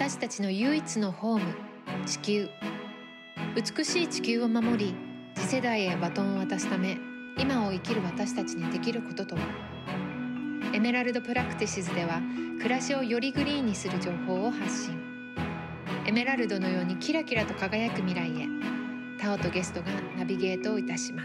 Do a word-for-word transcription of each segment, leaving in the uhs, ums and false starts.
私たちの唯一のホーム、地球。美しい地球を守り、次世代へバトンを渡すため、今を生きる私たちにできることとは。エメラルドプラクティシズでは、暮らしをよりグリーンにする情報を発信。エメラルドのようにキラキラと輝く未来へ、タオとゲストがナビゲートをいたします。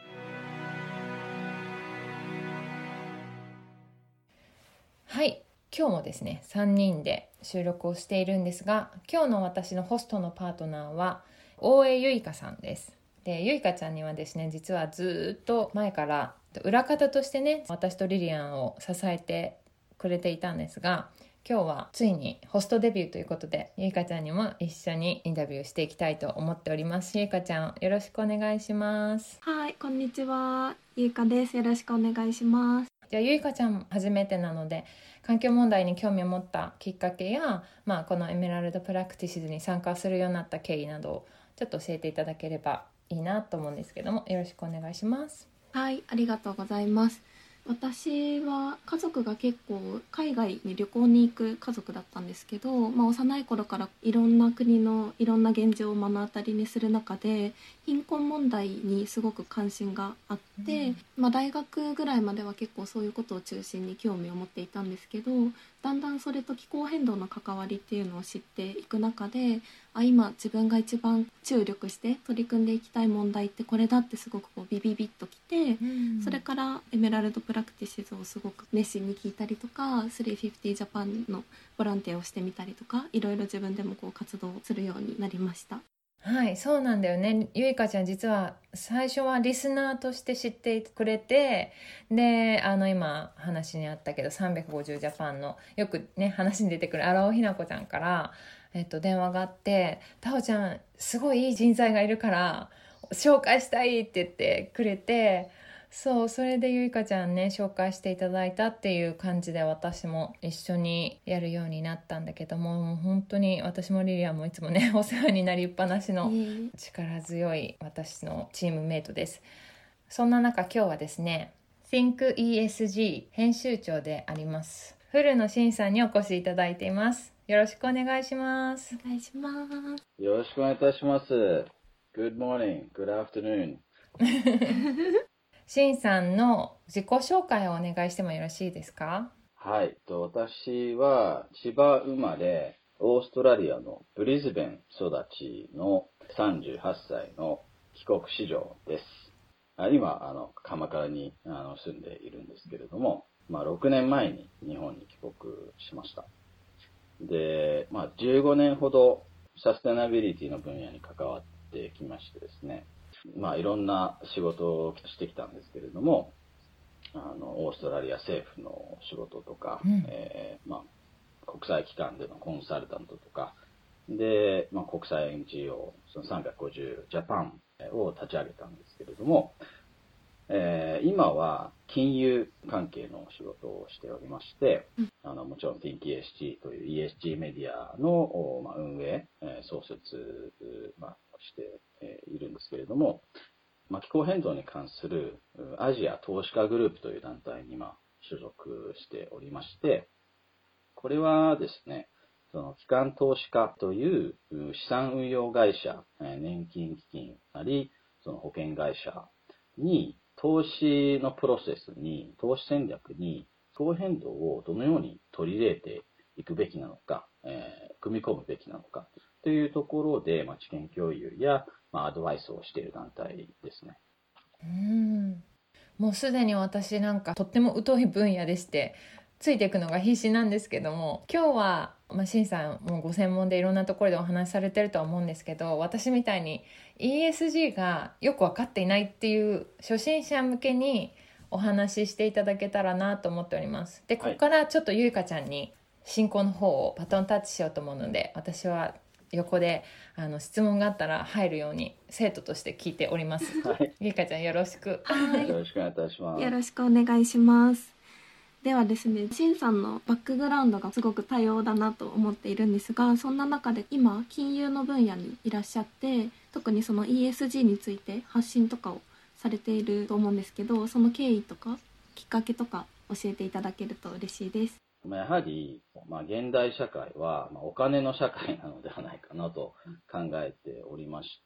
はい、今日もですねさんにんで収録をしているんですが、今日の私のホストのパートナーは大江ゆいかさんです。で、ゆいかちゃんにはですね、実はずっと前から裏方としてね、私とリリアンを支えてくれていたんですが、今日はついにホストデビューということで、ゆいかちゃんにも一緒にインタビューしていきたいと思っております。ゆいかちゃん、よろしくお願いします。 はい、こんにちは、ゆいかです。よろしくお願いします。 じゃあゆいかちゃん初めてなので、環境問題に興味を持ったきっかけや、まあ、このエメラルドプラクティシズに参加するようになった経緯などをちょっと教えていただければいいなと思うんですけども、よろしくお願いします。 はい、ありがとうございます。私は家族が結構海外に旅行に行く家族だったんですけど、まあ、幼い頃からいろんな国のいろんな現状を目の当たりにする中で、貧困問題にすごく関心があって、うん、まあ、大学ぐらいまでは結構そういうことを中心に興味を持っていたんですけど、だんだんそれと気候変動の関わりっていうのを知っていく中で、あ、今自分が一番注力して取り組んでいきたい問題ってこれだってすごくこうビビビッときて、うん、それからエメラルドプラクティシズをすごく熱心に聞いたりとか、スリーフィフティージャパンのボランティアをしてみたりとか、いろいろ自分でもこう活動するようになりました。 はい、そうなんだよね。ゆいかちゃん実は最初はリスナーとして知ってくれて、で、あの今話にあったけどさんびゃくごじゅうジャパンのよくね話に出てくる荒尾ひな子ちゃんから、えっと、電話があって、タオちゃんすごいいい人材がいるから紹介したいって言ってくれて、そう、それでゆいかちゃんね紹介していただいたっていう感じで、私も一緒にやるようになったんだけども、もう本当に私もリリアもいつもねお世話になりっぱなしの力強い私のチームメイトです。そんな中、今日はですね Think イーエスジー 編集長であります古野真さんにお越しいただいています。よろしくお願いします。 お願いします。 よろしくお願いいたします。 Good morning, good afternoon シンさんの自己紹介をお願いしてもよろしいですか？ はい、私は千葉生まれ、オーストラリアのブリズベン育ちのさんじゅうはっさいの帰国子女です。今、あの鎌倉にあの住んでいるんですけれども、まあ、ろくねんまえに日本に帰国しました。で、まあ、じゅうごねんほどサステナビリティの分野に関わってきましてですね、まあ、いろんな仕事をしてきたんですけれども、あのオーストラリア政府の仕事とか、うん、えーまあ、国際機関でのコンサルタントとかで、まあ、国際 エヌジーオー そのさんびゃくごじゅうジャパンを立ち上げたんですけれども、えー、今は金融関係の仕事をしておりまして、うん、あのもちろん Think イーエスジー という イーエスジー メディアの、まあ、運営、えー、創設、まあ、しているんですけれども、まあ、気候変動に関するアジア投資家グループという団体に今所属しておりまして、これはですね、その機関投資家という資産運用会社、年金基金なり、その保険会社に投資のプロセスに、投資戦略に気候変動をどのように取り入れていくべきなのか、えー、組み込むべきなのかというところで、まあ、知見共有や、まあ、アドバイスをしている団体ですね。 うーん、もうすでに私なんかとっても疎い分野でしてついていくのが必死なんですけども、今日は、まあ、シンさんもご専門でいろんなところでお話しされてるとは思うんですけど、私みたいに イーエスジー がよく分かっていないっていう初心者向けにお話ししていただけたらなと思っております。で、ここからちょっとゆいかちゃんに進行の方をバトンタッチしようと思うので、私は横であの質問があったら入るように生徒として聞いております。はい、ゆいかちゃんよろしく。 はい、 よろしくお願いいたします。 よろしくお願いします。ではですね、シンさんのバックグラウンドがすごく多様だなと思っているんですが、そんな中で今金融の分野にいらっしゃって、特にその イーエスジー について発信とかをされていると思うんですけど、その経緯とかきっかけとか教えていただけると嬉しいです。 まあ、やはり、まあ、現代社会は、まあ、お金の社会なのではないかなと考えておりまして、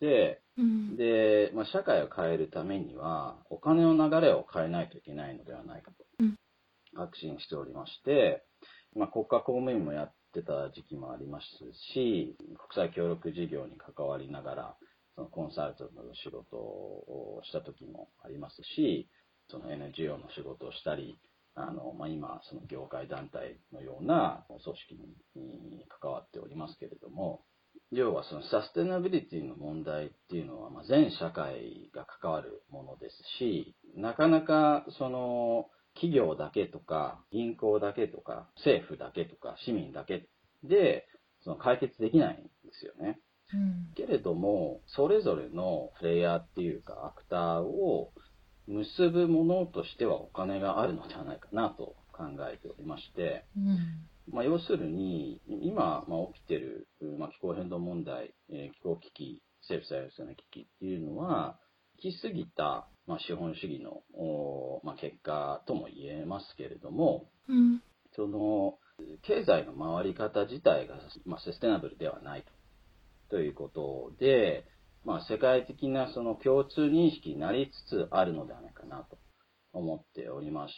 うん、 で、まあ、社会を変えるためには、お金の流れを変えないといけないのではないかと、確信しておりまして、まあ、国家公務員もやってた時期もありますし、国際協力事業に関わりながら、そのコンサルタントの仕事をした時もありますし、その エヌジーオー の仕事をしたり、あの、まあ、今、その業界団体のような組織に関わっておりますけれども、要はそのサステナビリティの問題っていうのは、まあ、全社会が関わるものですし、なかなかその企業だけとか銀行だけとか政府だけとか市民だけでその解決できないんですよね。 うん、 けれども、それぞれのプレイヤーっていうかアクターを結ぶものとしてはお金があるのではないかなと考えておりまして、 うんまあ、要するに、今、まあ、起きている、まあ、気候変動問題、えー気候危機、政府再生の危機っていうのは、行き過ぎた、まあ、資本主義の、おまあ、結果とも言えますけれども、 うん、 その、経済の回り方自体が、まあ、サステナブルではないと、ということで、まあ、世界的なその共通認識になりつつあるのではないかなと思っておりまして、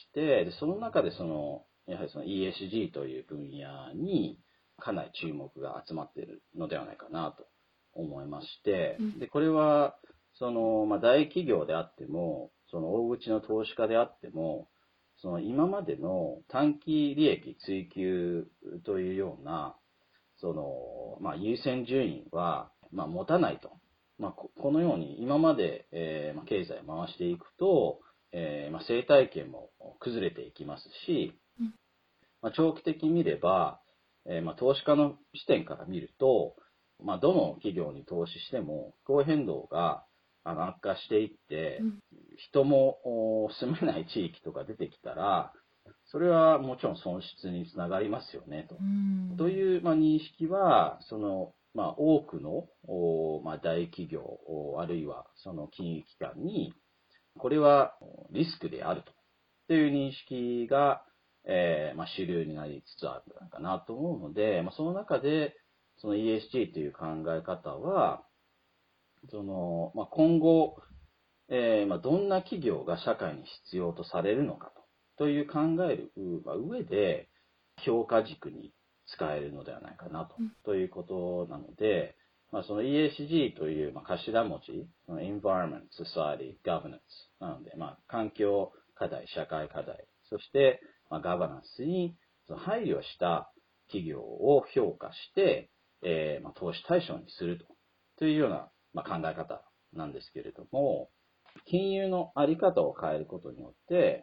でその中でその、やはりその イーエスジー という分野にかなり注目が集まっているのではないかなと思いまして、で、これは、その、まあ、大企業であっても、その大口の投資家であっても、その今までの短期利益追求というような、その、まあ、優先順位は、まあ、持たないと。まあ、ここのように今まで、えーまあ、経済を回していくと、えーまあ、生態系も崩れていきますし、 うんまあ、長期的に見れば、えーまあ、投資家の視点から見ると、まあ、どの企業に投資しても気候変動があの悪化していって、 うん人もお住めない地域とか出てきたら、それはもちろん損失につながりますよねと。 うんという、まあ、認識は、その、まあ、多くの、おまあ、大企業、おあるいはその金融機関に、これはリスクであると。という認識が、えーまあ、主流になりつつあるのかなと思うので、まあ、その中で、その イーエスジー という考え方は、その、まあ、今後、えーまあ、どんな企業が社会に必要とされるのかと、という考える上で、評価軸に使えるのではないかなと、 うんということなので、まあ、その イーエスジー という、まあ、頭文字、その Environment, Society, Governance なので、まあ、環境課題、社会課題、そして、まあ、ガバナンスにその配慮した企業を評価して、えーまあ、投資対象にすると、というような、まあ、考え方なんですけれども、金融のあり方を変えることによって、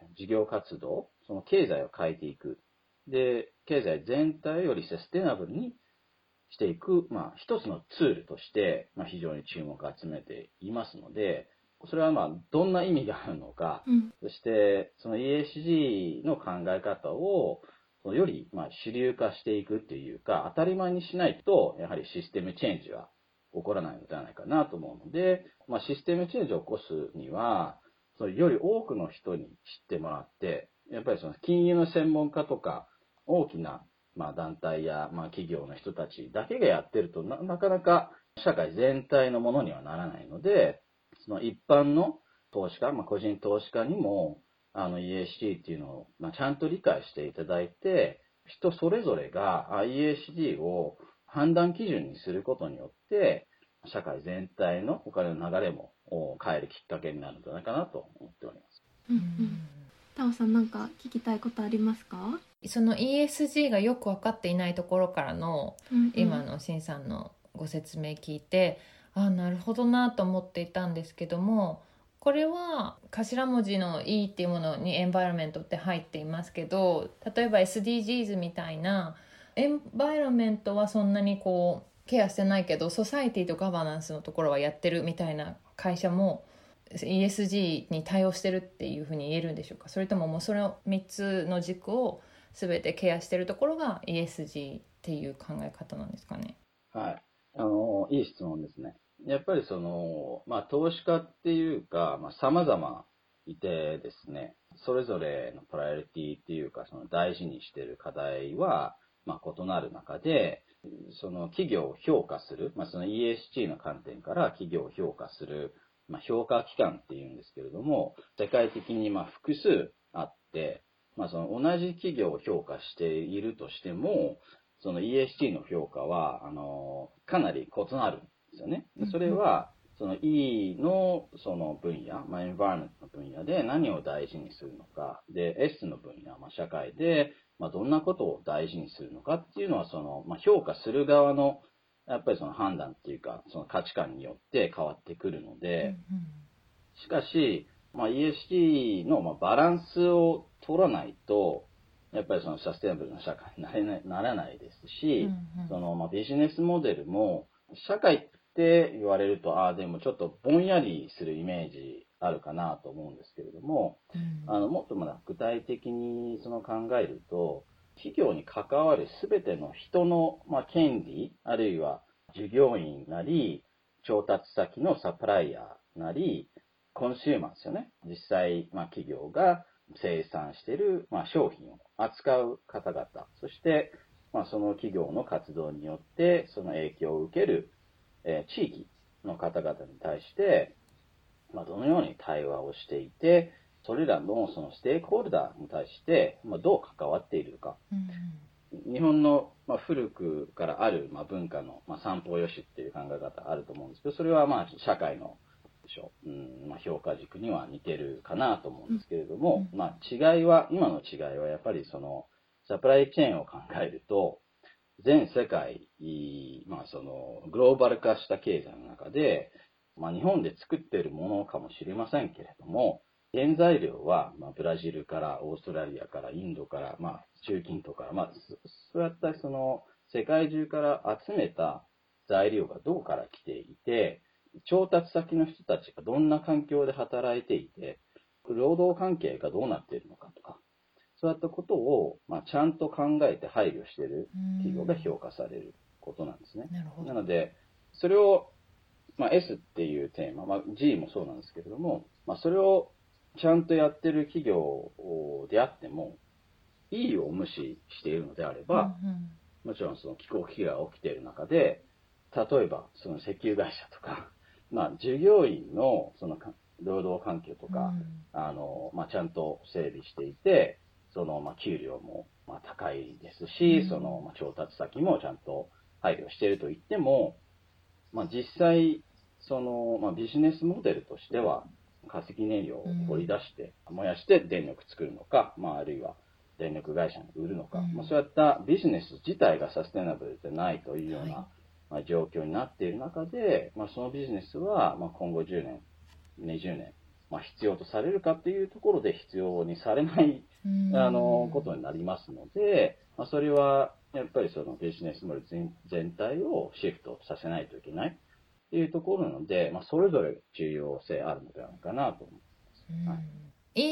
事業活動、その経済を変えていく。で、経済全体よりサステナブルにしていく、まあ、一つのツールとして、まあ、非常に注目を集めていますので、それはまあ、どんな意味があるのか、 うんそして、その イーエスジー の考え方を、そのよりまあ主流化していくっていうか、当たり前にしないと、やはりシステムチェンジは起こらないのではないかなと思うので、まあ、システムチェンジを起こすには、そのより多くの人に知ってもらって、やっぱりその金融の専門家とか、大きなまあ団体やまあ企業の人たちだけがやってるとな、なかなか社会全体のものにはならないので、その一般の投資家、まあ、個人投資家にも、あの イーエスジー っていうのを、まあ、ちゃんと理解していただいて、人それぞれがあ イーエスジー を判断基準にすることによって、社会全体のお金の流れも変えるきっかけになるんじゃないかなと思っております。 うんうんタオさん、なんか聞きたいことありますか？ その イーエスジー がよく分かっていないところからの、 うんうん今のしんさんのご説明聞いて、ああなるほどなと思っていたんですけども、これは頭文字の E っていうものにエンバイロメントって入っていますけど、例えば エスディージーズ みたいなエンバイロメントはそんなにこうケアしてないけど、ソサイティとガバナンスのところはやってるみたいな会社も イーエスジー に対応してるっていうふうに言えるんでしょうか？それとももうそれをみっつの軸を全てケアしてるところが イーエスジー っていう考え方なんですかね？ はい。あの、いい質問ですね。やっぱりその、まあ、投資家っていうか、まあ、様々いてですね、 それぞれのプライオリティっていうか、その大事にしている課題は、まあ、異なる中で、その企業を評価する、まあ、その イーエスジー の観点から企業を評価する、まあ、評価機関っていうんですけれども、世界的にまあ複数あって、まあ、その同じ企業を評価しているとしても、その イーエスジー の評価は、あの、かなり異なるんですよね。それは、その E のその分野、まあ、エンバーメントの分野で何を大事にするのか、で、S の分野、まあ、社会で、まあ、どんなことを大事にするのかっていうのは、その、まあ、評価する側の、やっぱりその判断っていうか、その価値観によって変わってくるので、しかし、まあ、イーエスジー のまあバランスを取らないと、やっぱりそのサステナブルな社会になれない、ならないですし、 うんうん、 そのまあビジネスモデルも、社会って言われると、ああ、でもちょっとぼんやりするイメージあるかなと思うんですけれども、 うん、 あのもっとまだ具体的にその考えると、企業に関わるすべての人の、まあ、権利、あるいは従業員なり、調達先のサプライヤーなり、コンシューマーですよね。実際、まあ、企業が生産している、まあ、商品を扱う方々、そして、まあ、その企業の活動によって、その影響を受ける、えー、地域の方々に対して、まあ、どのように対話をしていて、それらのそのステークホルダーに対して、まあ、どう関わっているか。 うん、 日本の、まあ、古くからある、まあ、文化の、まあ、三方よしっていう考え方あると思うんですけど、それはまあ社会のでしょう、うんまあ、評価軸には似てるかなと思うんですけれども、 うん、 まあ、違いは、今の違いはやっぱりそのサプライチェーンを考えると、全世界、まあ、そのグローバル化した経済の中で、まあ、日本で作っているものかもしれませんけれども、原材料は、まあ、ブラジルからオーストラリアからインドから、まあ、中近東から、まあ、そうやったその世界中から集めた材料がどこから来ていて、調達先の人たちがどんな環境で働いていて、労働関係がどうなっているのかとか、そういったことを、まあ、ちゃんと考えて配慮している企業が評価されることなんですね。 なるほど。 なので、それを、まあ、S っていうテーマ、まあ、G もそうなんですけれども、まあ、それをちゃんとやってる企業であっても、E を無視しているのであれば、 うんうん、 もちろんその気候危機が起きている中で、例えばその石油会社とか、まあ、従業員のその労働環境とか、うん、あのまあ、ちゃんと整備していて、そのまあ給料もまあ高いですし、うん、そのまあ調達先もちゃんと配慮していると言っても、まあ、実際そのまあビジネスモデルとしては化石燃料を掘り出して燃やして電力作るのか、まあ、あるいは電力会社に売るのか、うん、まあ、そういったビジネス自体がサステナブルでないというような、はい、まあ、状況になっている中で、まあ、そのビジネスはまあ今後じゅうねん、にじゅうねん、まあ、必要とされるかというところで必要にされないあのことになりますので、まあ、それはやっぱりそのビジネスモデル 全, 全体をシフトさせないといけないというところなので、まあ、それぞれ重要性あるのではないかなと思います。はい、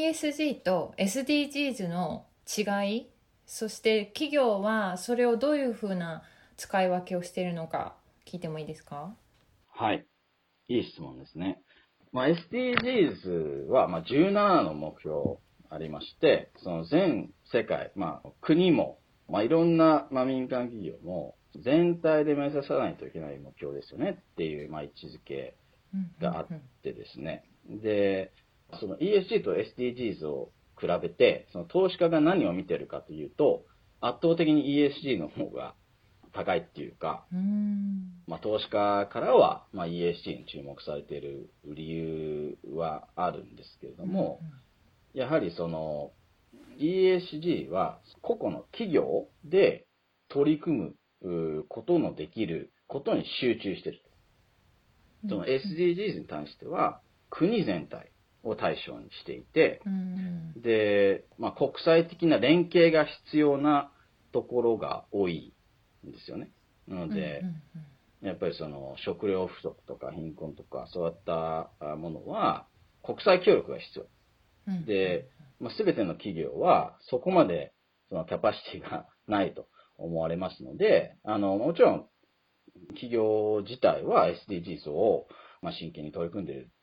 イーエスジー と エスディージーズ の違い、そして企業はそれをどういうふうな使い分けをしているのか聞いてもいいですか？ はい、いい質問ですね。まあ、エスディージーズ はまあじゅうななの目標ありまして、その全世界、まあ、国も、まあ、いろんな、まあ、民間企業も全体で目指さないといけない目標ですよねっていう、まあ、位置づけがあってですね。で、その イーエスジー と エスディージーズ を比べて、その投資家が何を見てるかというと、圧倒的に イーエスジー の方が高いっていうか、 うーん、 まあ、投資家からは、まあ、イーエスジー に注目されている理由はあるんですけれども、うんうん、やはりその イーエスジー は個々の企業で取り組むことのできることに集中している。その エスディージーズ に対しては国全体を対象にしていて、 うんうん、 で、まあ、国際的な連携が必要なところが多いんですよね。なので、うんうんうん、やっぱりその食料不足とか貧困とかそういったものは国際協力が必要。うんうん、で、まあ、全ての企業はそこまでそのキャパシティがないと思われますので、あの、もちろん企業自体は エスディージーズ をまあ真剣に取り組んでいる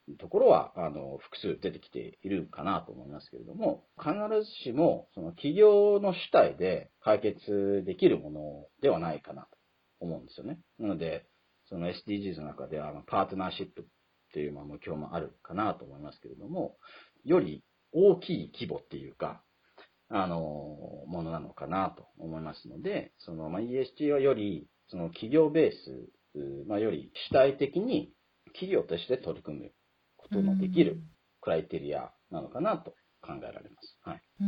ところは、あの、複数出てきているかなと思いますけれども、必ずしも、その企業の主体で解決できるものではないかなと思うんですよね。なので、その エスディージーズ の中では、パートナーシップっていう目標もあるかなと思いますけれども、より大きい規模っていうか、あの、ものなのかなと思いますので、その、まあ、イーエスジー はより、その企業ベース、まあ、より主体的に企業として取り組むことのできるクライテリアなのかなと考えられます。はい。 うんうん、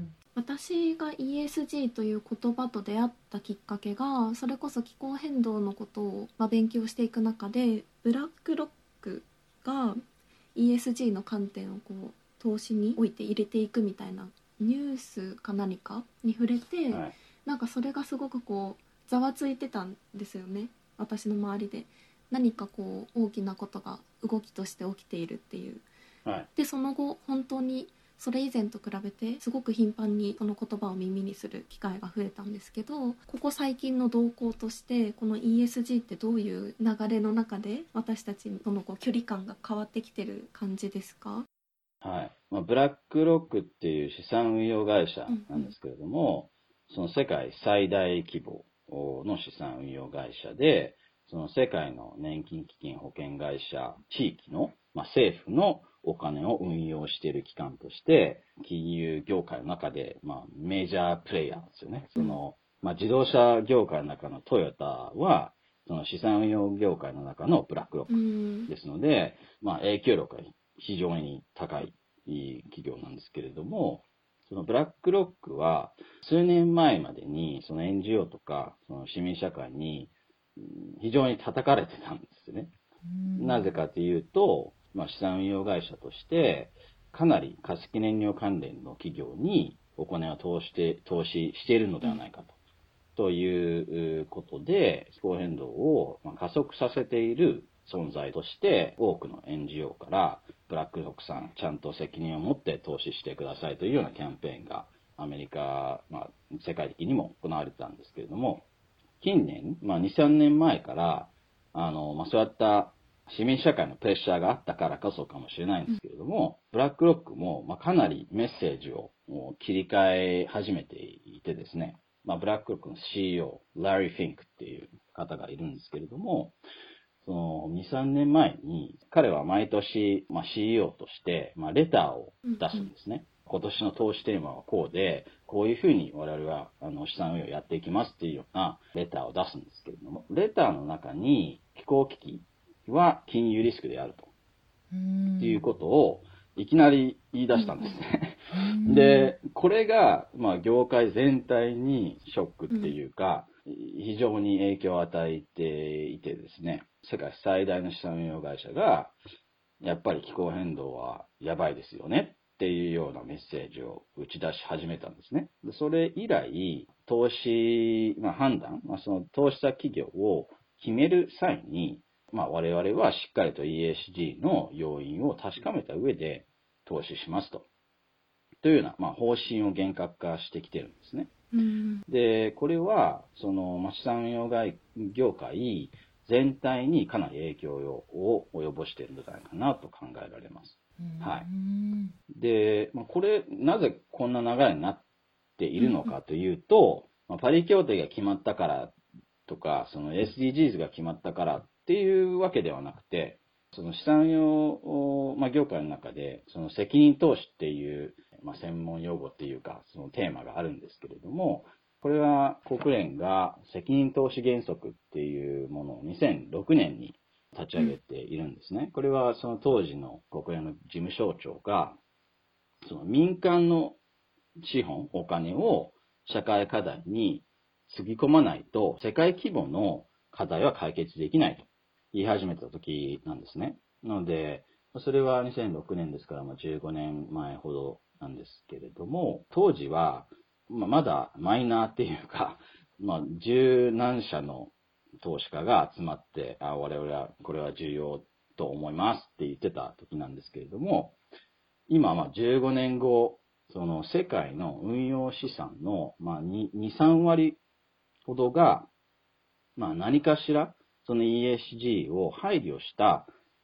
私が イーエスジー という言葉と出会ったきっかけが、それこそ気候変動のことを、まあ、勉強していく中で、ブラックロックが イーエスジー の観点をこう投資において入れていくみたいなニュースか何かに触れて、はい、なんかそれがすごくこうざわついてたんですよね、私の周りで。何かこう大きなことが動きとして起きているっていう、はい、でその後本当にそれ以前と比べてすごく頻繁にその言葉を耳にする機会が増えたんですけど、ここ最近の動向としてこの イーエスジー ってどういう流れの中で私たちとのこう距離感が変わってきてる感じですか？ はい。まあ、ブラックロックっていう資産運用会社なんですけれども、うんうん、その世界最大規模の資産運用会社で、その世界の年金基金保険会社、地域の、まあ、政府のお金を運用している機関として、金融業界の中で、まあ、メジャープレイヤーですよね。その、まあ、自動車業界の中のトヨタは、その資産運用業界の中のブラックロックですので、まあ、影響力が非常に高い企業なんですけれども、そのブラックロックは、数年前までに、その エヌジーオー とか、その市民社会に、非常に叩かれてたんですよね。なぜかというと、まあ、資産運用会社として、かなり化石燃料関連の企業にお金を投して、投資しているのではないかと。ということで、気候変動を加速させている存在として、多くの エヌジーオー から、ブラックロックさん、ちゃんと責任を持って投資してくださいというようなキャンペーンが、アメリカ、まあ、世界的にも行われてたんですけれども、近年、まあ、に、さんねんまえから、あの、まあ、そういった市民社会のプレッシャーがあったからこそかもしれないんですけれども、ブラックロックも、まあ、かなりメッセージを切り替え始めていてですね、まあ、ブラックロックの シーイーオー、ラリー・フィンクっていう方がいるんですけれども、そのに、さんねんまえに、彼は毎年、まあ、シーイーオー として、まあ、レターを出すんですね。うんうん、今年の投資テーマはこうで、こういうふうに我々はあの資産運用をやっていきますっていうようなレターを出すんですけれども、レターの中に気候危機は金融リスクであると。っていうことをいきなり言い出したんですね。で、これが、まあ、業界全体にショックっていうか、非常に影響を与えていてですね、世界最大の資産運用会社が、やっぱり気候変動はやばいですよねっていうようなメッセージを打ち出し始めたんですね。でそれ以来、投資、まあ、判断、まあ、その投資先企業を決める際に、まあ、我々はしっかりと イーエスジー の要因を確かめた上で投資しますと。というような、まあ、方針を厳格化してきてるんですね。うん、で、これは、その、まあ、資産運用業界全体にかなり影響を及ぼしているんじゃないかなと考えられます。はい。で、まあ、これ、なぜこんな流れになっているのかというと、まあ、パリ協定が決まったからとか、その エスディージーズ が決まったからっていうわけではなくて、その資産運用、まあ、業界の中で、その責任投資っていう、まあ、専門用語っていうか、そのテーマがあるんですけれども、これは国連が責任投資原則っていうものをにせんろくねんに立ち上げているんですね。これはその当時の国連の事務総長が、その民間の資本、お金を社会課題につぎ込まないと、世界規模の課題は解決できないと言い始めた時なんですね。なので、それはにせんろくねんですから、まあ、じゅうごねんまえほどなんですけれども、当時は、まあ、まだマイナーっていうか、まあ、十何社の投資家が集まって、あ、我々はこれは重要と思いますって言ってた時なんですけれども、今、まあ、じゅうごねんご、その世界の運用資産の、まあ、に、さんわりほどが、まあ、何かしら、その イーエスジー を配慮した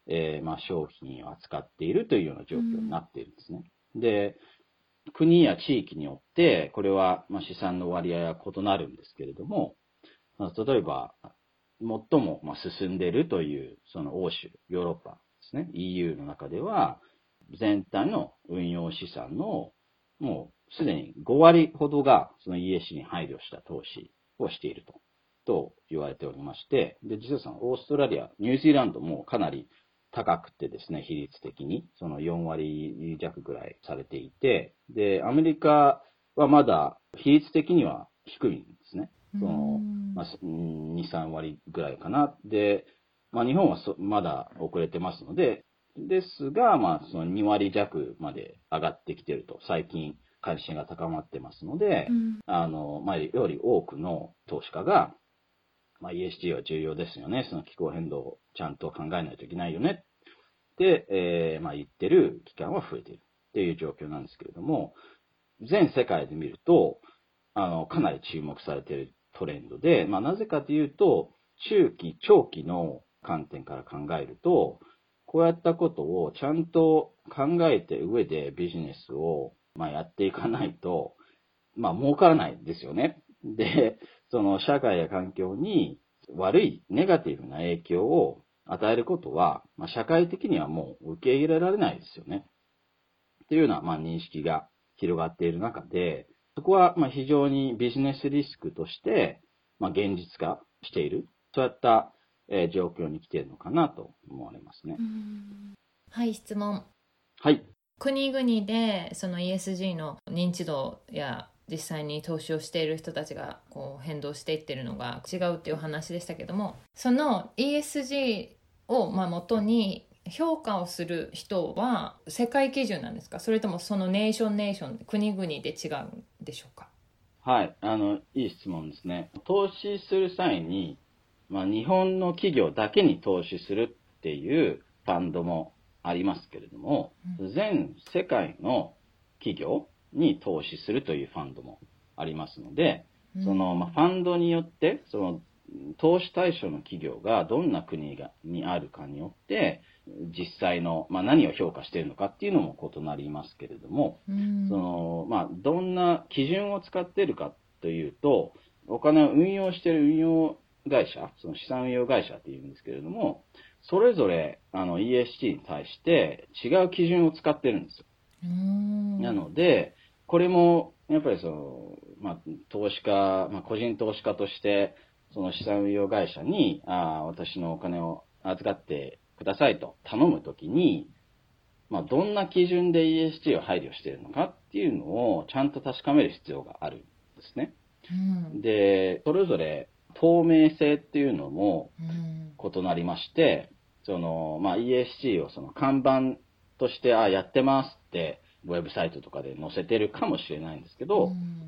えーまあ、商品を扱っているというような状況になっているんですね。で、国や地域によって、これはまあ資産の割合は異なるんですけれども、まあ、例えば、最もまあ進んでいるという、その欧州、ヨーロッパですね、イーユー の中では、全体の運用資産のもうすでにごわりほどがその イーエスジー に配慮した投資をしていると、と言われておりまして、で、実はそのオーストラリア、ニュージーランドもかなり高くてですね、比率的に、そのよんわり弱ぐらいされていて、で、アメリカはまだ比率的には低いんですね。その、まあ、に、さんわりぐらいかな。で、まあ、日本はそまだ遅れてますので、ですが、まあ、そのにわり弱まで上がってきていると、最近関心が高まってますので、うん、あの、前より多くの投資家が、まあ、イーエスジー は重要ですよね。その気候変動をちゃんと考えないといけないよね。で、えー、まあ、言ってる期間は増えているっていう状況なんですけれども、全世界で見ると、あの、かなり注目されているトレンドで、まあ、なぜかというと、中期、長期の観点から考えると、こうやったことをちゃんと考えて上でビジネスを、まあ、やっていかないと、まあ、儲からないですよね。で、その社会や環境に悪いネガティブな影響を与えることは、まあ、社会的にはもう受け入れられないですよね。っていうような、まあ、認識が広がっている中で、そこはまあ非常にビジネスリスクとして、まあ、現実化している。そういったえー、状況に来ているのかなと思われますね。 はい、質問。 はい。 国々でその イーエスジー の認知度や実際に投資をしている人たちがこう変動していってるのが違うっていう話でしたけども、その イーエスジー をまあ元に評価をする人は世界基準なんですか？それともそのネーションネーション国々で違うんでしょうか？ はい、あのいい質問ですね。投資する際にまあ、日本の企業だけに投資するっていうファンドもありますけれども、うん、全世界の企業に投資するというファンドもありますので、うん、そのまあ、ファンドによってその投資対象の企業がどんな国がにあるかによって実際の、まあ、何を評価しているのかっていうのも異なりますけれども、うん、そのまあ、どんな基準を使っているかというと、お金を運用している運用会社、その資産運用会社っていうんですけれども、それぞれあの イーエスジー に対して違う基準を使ってるんですよ。うーんなので、これもやっぱりその、まあ、投資家、まあ、個人投資家として、その資産運用会社に、あ私のお金を預かってくださいと頼むときに、まあ、どんな基準で イーエスジー を配慮しているのかっていうのをちゃんと確かめる必要があるんですね。うん、で、それぞれ透明性っていうのも異なりまして、うん、その、まあ、イーエスジー をその看板として、あ、やってますって、ウェブサイトとかで載せてるかもしれないんですけど、うん、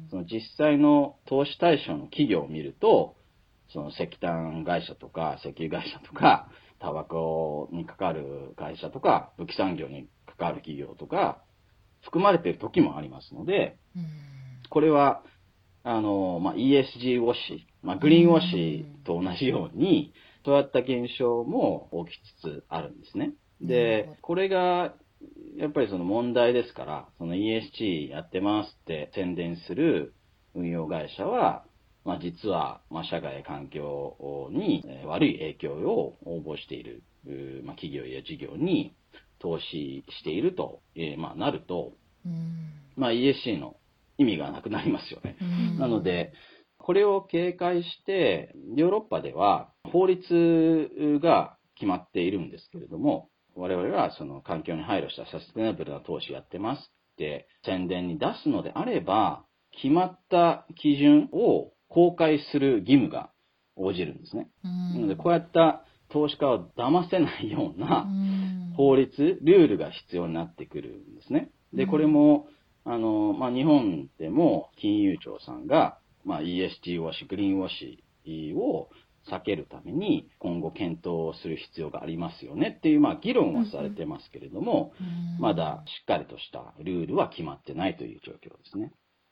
その実際の投資対象の企業を見ると、その石炭会社とか石油会社とか、タバコに関わる会社とか、武器産業に関わる企業とか、含まれている時もありますので、うん、これは、あの、まあ、イーエスジー ウォッシュ、まあ、グリーンウォッシュと同じように、そういった現象も起きつつあるんですね。で、これが、やっぱりその問題ですから、その イーエスジー やってますって宣伝する運用会社は、まあ、実は、まあ、社会環境に悪い影響を応募している、まあ、企業や事業に投資していると、えー、まあ、なると、まあ、イーエスジー の意味がなくなりますよね。なので、これを警戒して、ヨーロッパでは法律が決まっているんですけれども、我々はその環境に配慮したサステナブルな投資やってますって宣伝に出すのであれば、決まった基準を公開する義務が生じるんですね。なので、こうやった投資家を騙せないような法律、ルールが必要になってくるんですね。で、これも、あの、まあ、日本でも金融庁さんが、まあ、イーエスジー ウォッシュ、グリーンウォッシュを避けるために今後検討する必要がありますよねっていう、まあ、議論はされてますけれども、まだしっかりとしたルールは決まってないという状況ですね。 う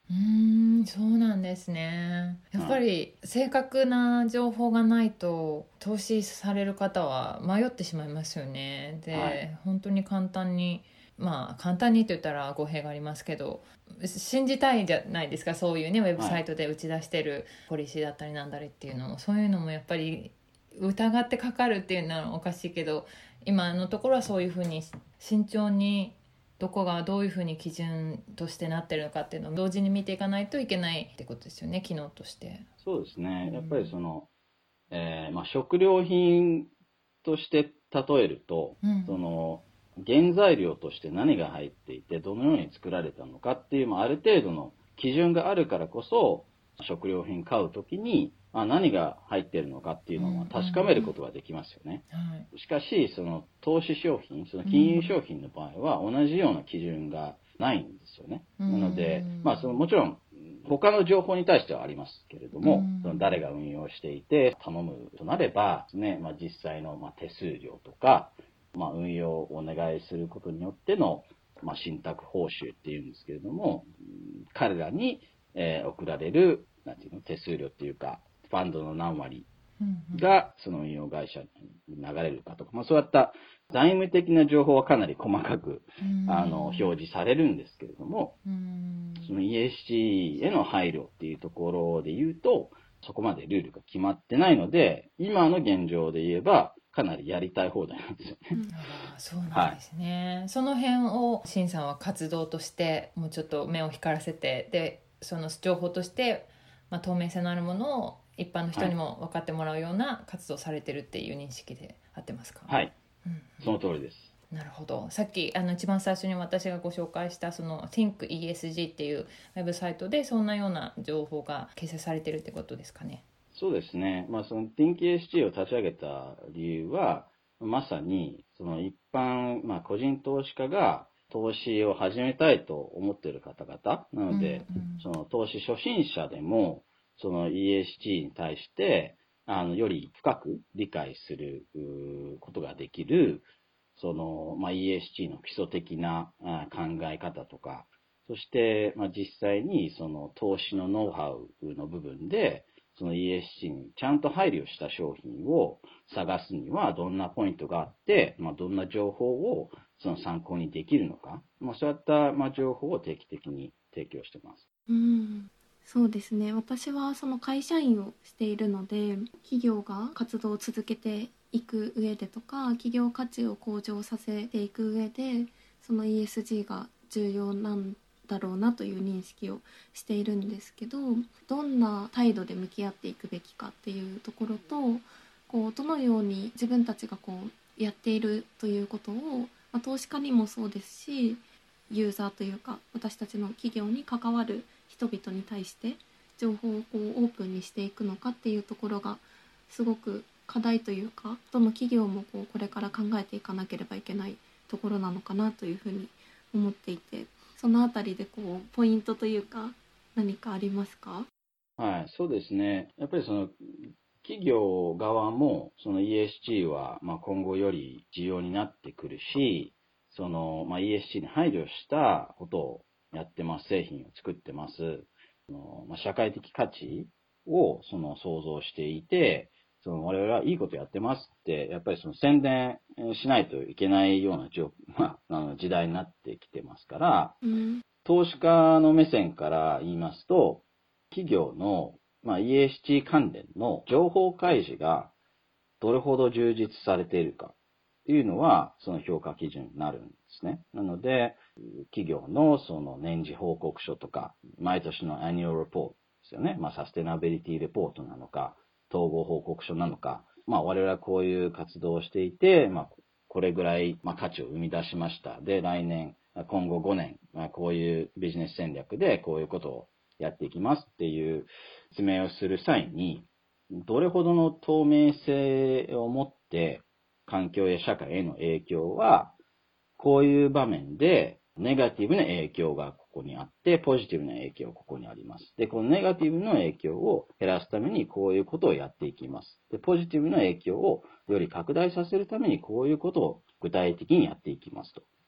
うーん、そうなんですね。やっぱり正確な情報がないと投資される方は迷ってしまいますよね。で、 はい、 本当に簡単に、まあ簡単にと言ったら語弊がありますけど、信じたいじゃないですか、そういうねウェブはい、 サイトで打ち出してるポリシーだったりなんだりっていうのも、そういうのもやっぱり疑ってかかるっていうのはおかしいけど、今のところはそういうふうに慎重にどこがどういうふうに基準としてなってるのかっていうのを同時に見ていかないといけないってことですよね、機能として。 そうですね。 うんやっぱりその、えーまあ、食料品として例えると、 うんその原材料として何が入っていてどのように作られたのかっていう、まあ、ある程度の基準があるからこそ食料品買うときに、まあ、何が入っているのかっていうのを確かめることができますよね。 はいしかし、その投資商品、その金融商品の場合は同じような基準がないんですよね。 うんなので、まあ、そのもちろん他の情報に対してはありますけれども、 うんその誰が運用していて頼むとなればですね、まあ、実際のまあ手数料とか、まあ、運用をお願いすることによっての、まあ、信託報酬っていうんですけれども、うん彼らに、えー送られるなんていうの手数料っていうか、ファンドの何割うんうんがその運用会社に流れるかとか、まあ、そういった財務的な情報はかなり細かくあの表示されるんですけれども、 うんその イーエスジー への配慮っていうところで言うと、そこまでルールが決まってないので、今の現状で言えば、かなりやりたい放題なんですよね。 ああ、そうなんですね、その辺をシンさんは活動としてもうちょっと目を光らせて、でその情報として、まあ、透明性のあるものを一般の人にも分かってもらうような活動をされてるっていう認識で合ってますか？ はい、 うんその通りです。 なるほど。さっきあの一番最初に私がご紹介したその Think イーエスジー っていうウェブサイトでそんなような情報が掲載されてるってことですかね。 そうですね。まあ、その Think イーエスジー を立ち上げた理由は、まさに、その一般、まあ、個人投資家が投資を始めたいと思っている方々なので、 うんうんその投資初心者でも、その イーエスジー に対して、あの、より深く理解するうーことができる、その、まあ、イーエスジー の基礎的なあ考え方とか、そして、まあ、実際にその投資のノウハウの部分で、その イーエスジー にちゃんと配慮した商品を探すにはどんなポイントがあって、まあ、どんな情報をその参考にできるのか、まあ、そういったまあ情報を定期的に提供してます。 うんそうですね。私はその会社員をしているので、企業が活動を続けていく上でとか、企業価値を向上させていく上で、その イーエスジー が重要なんだろうなという認識をしているんですけど、どんな態度で向き合っていくべきかっていうところと、こうどのように自分たちがこうやっているということを、まあ、投資家にもそうですし、ユーザーというか私たちの企業に関わる人々に対して情報をこうオープンにしていくのかっていうところがすごく課題というか、どの企業もこうこれから考えていかなければいけないところなのかなというふうに思っていて、そのあたりでこうポイントというか何かありますか？ はい、そうですね。やっぱりその企業側もその イーエスジー はまあ今後より重要になってくるし、そのまあ イーエスジー に配慮したことをやってます、製品を作ってます。そのまあ社会的価値をその想像していて、その我々はいいことやってますって、やっぱりその宣伝しないといけないような状、まあ、あの時代になってきてますから、 うん投資家の目線から言いますと、企業の、まあ、イーエスジー 関連の情報開示がどれほど充実されているかっていうのは、その評価基準になるんですね。なので、企業のその年次報告書とか、毎年のアニュアルレポートですよね。まあ、サステナビリティレポートなのか、統合報告書なのか、まあ、我々はこういう活動をしていて、まあ、これぐらい、まあ、価値を生み出しました。で、来年、今後ごねん、まあ、こういうビジネス戦略でこういうことをやっていきますっていう説明をする際に、どれほどの透明性を持って環境や社会への影響は、こういう場面でネガティブな影響がここにあって、ポジティブな影響がここにあります。で、このネガティブな影響を減らすためにこういうことをやっていきます。で、ポジティブな影響をより拡大させるためにこういうことを具体的にやっていきますと。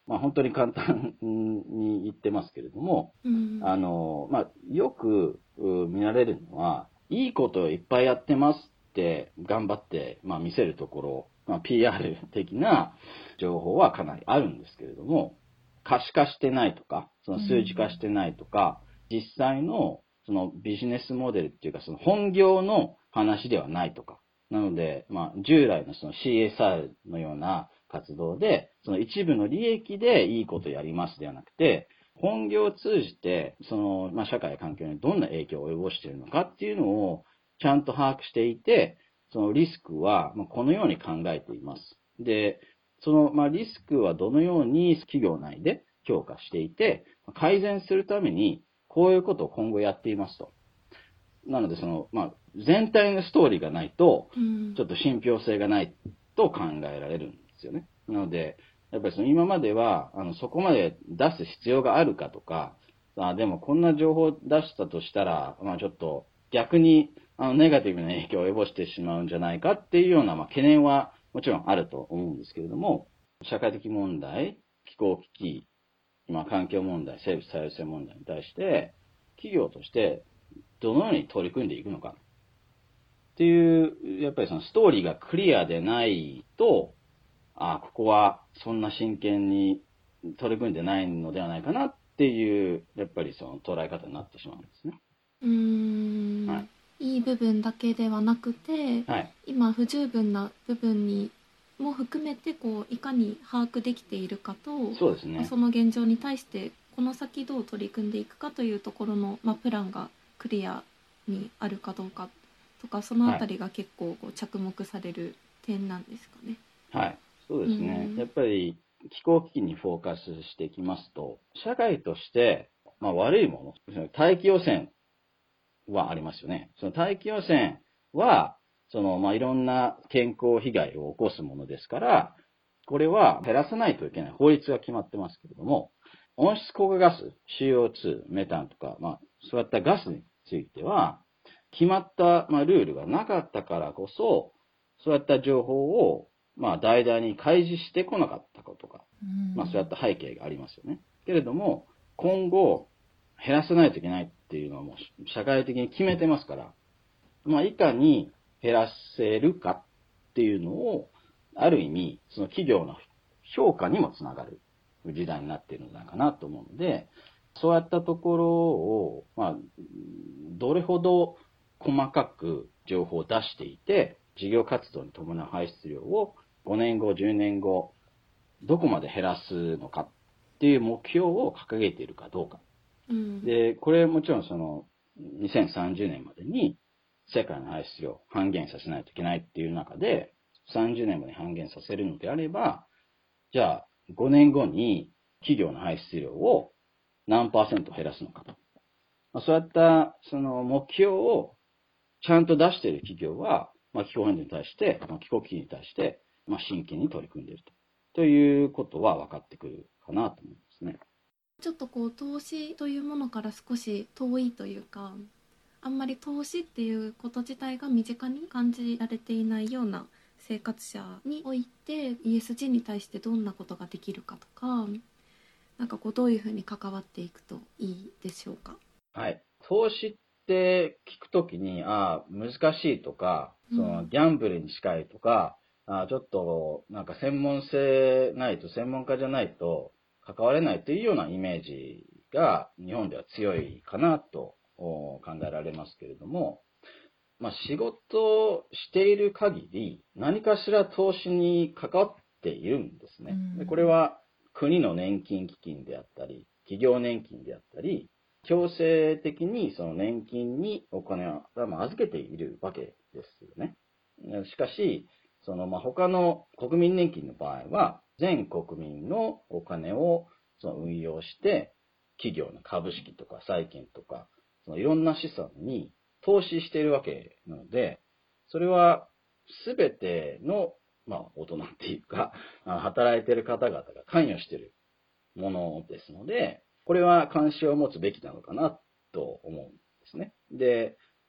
まあ本当に簡単に言ってますけれども、 うん、 あの、まあよく見られるのは、いいことをいっぱいやってますって頑張って、まあ見せるところ、まあ ピーアール 的な情報はかなりあるんですけれども、可視化してないとか、その数字化してないとか、うん、実際のそのビジネスモデルっていうか、その本業の話ではないとか。なので、まあ、従来のその シーエスアール のような活動で、その一部の利益でいいことやりますではなくて、本業を通じて、その、まあ、社会環境にどんな影響を及ぼしているのかっていうのをちゃんと把握していて、そのリスクはこのように考えています。で、その、まあ、リスクはどのように企業内で評価していて、改善するために、こういうことを今後やっていますと。なので、その、まあ、全体のストーリーがないと、ちょっと信憑性がないと考えられるんですよね。なので、やっぱりその今までは、あの、そこまで出す必要があるかとか、あでもこんな情報を出したとしたら、まあちょっと逆に、あの、ネガティブな影響を及ぼしてしまうんじゃないかっていうような、まあ懸念はもちろんあると思うんですけれども、社会的問題、気候危機、まあ環境問題、生物多様性問題に対して、企業としてどのように取り組んでいくのかっていう、やっぱりそのストーリーがクリアでないと、あここはそんな真剣に取り組んでないのではないかなっていう、やっぱりその捉え方になってしまうんですね。 うーん、はい、いい部分だけではなくて、はい、今不十分な部分にも含めてこういかに把握できているかと、 そうですね、 まあ、その現状に対してこの先どう取り組んでいくかというところの、まあ、プランがクリアにあるかどうかとか、そのあたりが結構こう着目される点なんですかね。 はい、そうですね。やっぱり気候危機にフォーカスしていきますと、社会として、まあ、悪いもの、大気汚染はありますよね。その大気汚染は、その、まあ、いろんな健康被害を起こすものですから、これは減らさないといけない法律が決まってますけれども、温室効果ガス、シーオーツー、メタンとか、まあ、そういったガスについては、決まった、まあ、ルールがなかったからこそ、そういった情報を、まあ、大々に開示してこなかったことか、まあ、そういった背景がありますよね。けれども、今後、減らさないといけないっていうのはもう社会的に決めてますから、まあ、いかに減らせるかっていうのを、ある意味、その企業の評価にもつながる時代になっているのではないかなと思うので、そういったところを、まあ、どれほど細かく情報を出していて、事業活動に伴う排出量をごねんご、じゅうねんご、どこまで減らすのかっていう目標を掲げているかどうか。うん、で、これもちろんそのにせんさんじゅうねんまでに世界の排出量を半減させないといけないっていう中で、さんじゅうねんまで半減させるのであれば、じゃあごねんごに企業の排出量を何パーセント減らすのかと。まあ、そういったその目標をちゃんと出している企業は、まあ、気候変動に対して、まあ、気候危機に対して、まあ、真剣に取り組んでいると。ということは分かってくるかなと思いますね。 ちょっとこう投資というものから少し遠いというか、あんまり投資っていうこと自体が身近に感じられていないような生活者において イーエスジー に対してどんなことができるかとか、なんかこうどういうふうに関わっていくといいでしょうか。 はい、投資って聞くときに、ああ難しいとか、そのギャンブルに近いとか、うん、あちょっとなんか専門性ないと、専門家じゃないと関われないというようなイメージが日本では強いかなと考えられますけれども、まあ、仕事をしている限り何かしら投資に関わっているんですね。でこれは国の年金基金であったり、企業年金であったり、強制的にその年金にお金を預けているわけですよね。しかし、そのまあ他の国民年金の場合は、全国民のお金をその運用して、企業の株式とか債券とか、そのいろんな資産に投資しているわけなので、それは全ての、まあ、大人っていうか、働いている方々が関与しているものですので、これは関心を持つべきなのかなと思うんですね。で、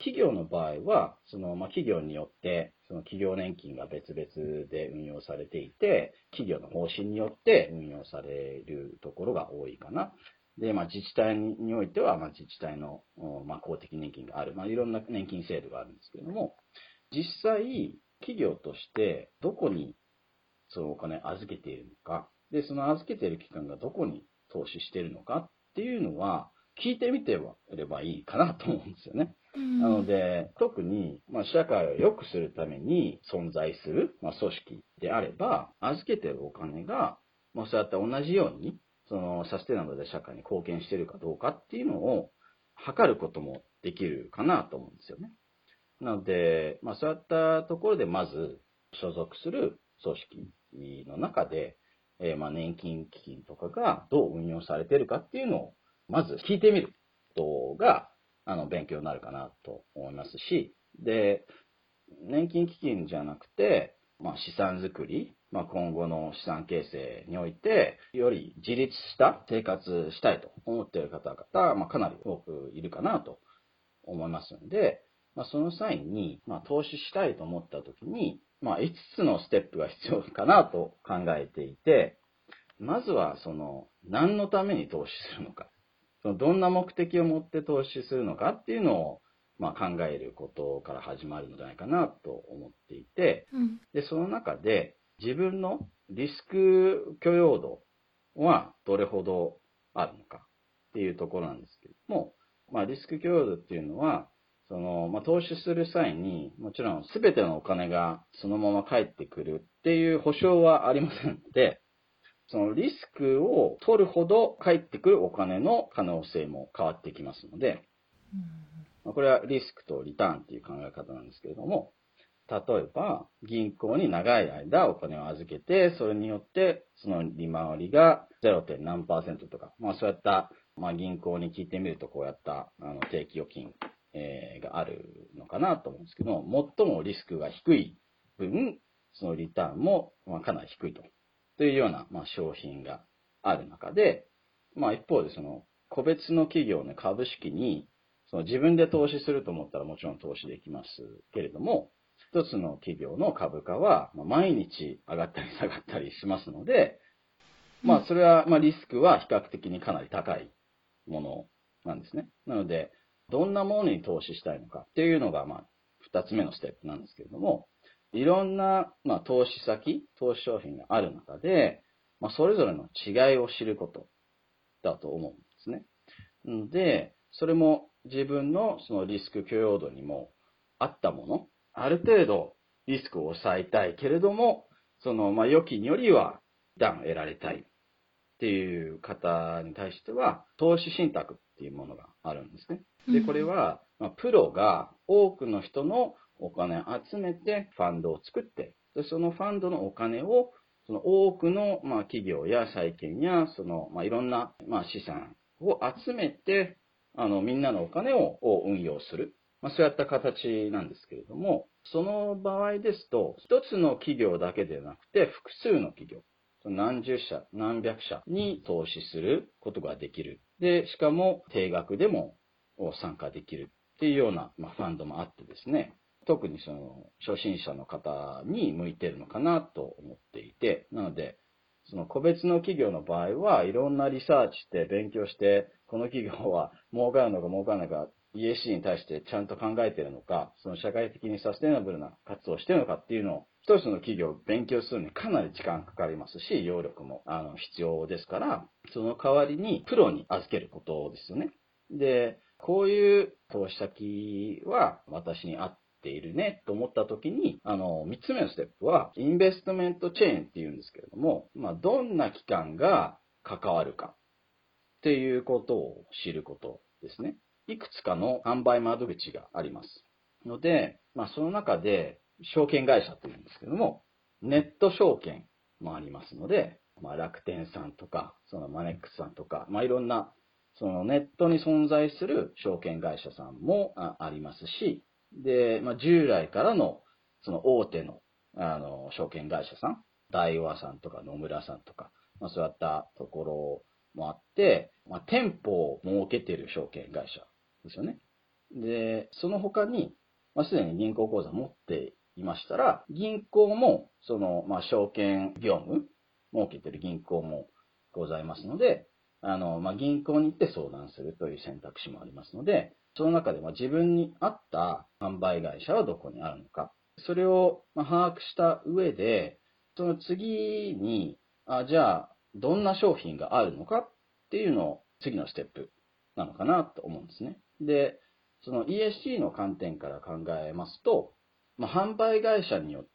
企業の場合は、その、まあ、企業によって、その企業年金が別々で運用されていて、企業の方針によって運用されるところが多いかな。で、まあ、自治体においては、まあ、自治体の、まあ、公的年金がある。まあ、いろんな年金制度があるんですけれども、実際、企業としてどこにそのお金を預けているのか、で、その預けている機関がどこに投資しているのかっていうのは、聞いてみてればいいかなと思うんですよね。 うん、 なので、特に、まあ、社会を良くするために存在する、まあ、組織であれば、預けているお金が、まあ、そうやって同じように、そのサステナブルで社会に貢献しているかどうかっていうのを測ることもできるかなと思うんですよね。なので、まあ、そういったところでまず所属する組織の中で、えー、まあ年金基金とかがどう運用されているかっていうのをまず聞いてみることがあの勉強になるかなと思いますし、で、年金基金じゃなくて、まあ、資産作り、まあ、今後の資産形成において、より自立した生活したいと思っている方々、まあ、かなり多くいるかなと思いますので、まあ、その際に、まあ、投資したいと思ったときに、まあ、いつつのステップが必要かなと考えていて、まずは、その、何のために投資するのか、そのどんな目的を持って投資するのかっていうのを、まあ、考えることから始まるのではないかなと思っていて、 うん、 で、その中で、自分のリスク許容度はどれほどあるのかっていうところなんですけれども、まあ、リスク許容度っていうのは、その、まあ、投資する際に、もちろん全てのお金がそのまま返ってくるっていう保証はありませんので、そのリスクを取るほど返ってくるお金の可能性も変わってきますので、まあ、これはリスクとリターンっていう考え方なんですけれども、例えば銀行に長い間お金を預けて、それによってその利回りが ゼロ. 何パーセントとか、まあそうやった、まあ銀行に聞いてみるとこうやったあの定期預金、えー、があるのかなと思うんですけども、最もリスクが低い分、そのリターンもまあかなり低いと。というような、まあ、商品がある中で、まあ一方でその個別の企業の株式にその自分で投資すると思ったらもちろん投資できますけれども、一つの企業の株価は毎日上がったり下がったりしますので、まあそれはまあリスクは比較的にかなり高いものなんですね。なので、どんなものに投資したいのかっていうのがまあ二つ目のステップなんですけれども、いろんな、まあ、投資先、投資商品がある中で、まあ、それぞれの違いを知ることだと思うんですね。なので、それも自分のそのリスク許容度にも合ったもの、ある程度リスクを抑えたいけれども、その、まあ、預金よりはリターンを得られたいっていう方に対しては、投資信託っていうものがあるんですね。で、これは、まあ、プロが多くの人のお金を集めてファンドを作って、でそのファンドのお金をその多くのまあ企業や債券やそのまあいろんなまあ資産を集めて、あのみんなのお金を運用する。まあ、そういった形なんですけれども、その場合ですと、一つの企業だけでなくて複数の企業、何十社、何百社に投資することができる。で、しかも定額でも参加できるっていうような、まあ、ファンドもあってですね、特にその初心者の方に向いているのかなと思っていて、なので、その個別の企業の場合はいろんなリサーチして勉強して、この企業は儲かるのか儲からないのか、イーエスジー に対してちゃんと考えているのか、その社会的にサステナブルな活動をしているのかっていうのを、一つの企業を勉強するのにかなり時間かかりますし、揚力もあの必要ですから、その代わりにプロに預けることですよね。で、こういう投資先は私に合っているねと思った時に、あの、三つ目のステップは、インベストメントチェーンっていうんですけれども、まあ、どんな機関が関わるかっていうことを知ることですね。いくつかの販売窓口があります。ので、まあ、その中で、証券会社というんですけども、ネット証券もありますので、まあ、楽天さんとか、そのマネックスさんとか、まあ、いろんな、そのネットに存在する証券会社さんも あ, ありますし、で、まあ、従来からの、その大手の、あの、証券会社さん、大和さんとか野村さんとか、まあ、そういったところもあって、まあ、店舗を設けている証券会社ですよね。 で、その他に、まあ、すでに銀行口座を持っていましたら、銀行も、その、まあ、証券業務、設けている銀行もございますので、あの、まあ、銀行に行って相談するという選択肢もありますので、その中でまあ自分に合った販売会社はどこにあるのか、それをまあ把握した上で、その次に、あ、じゃあ、どんな商品があるのかっていうのを次のステップなのかなと思うんですね。で、その イーエスジー の観点から考えますと、まあ、販売会社によって、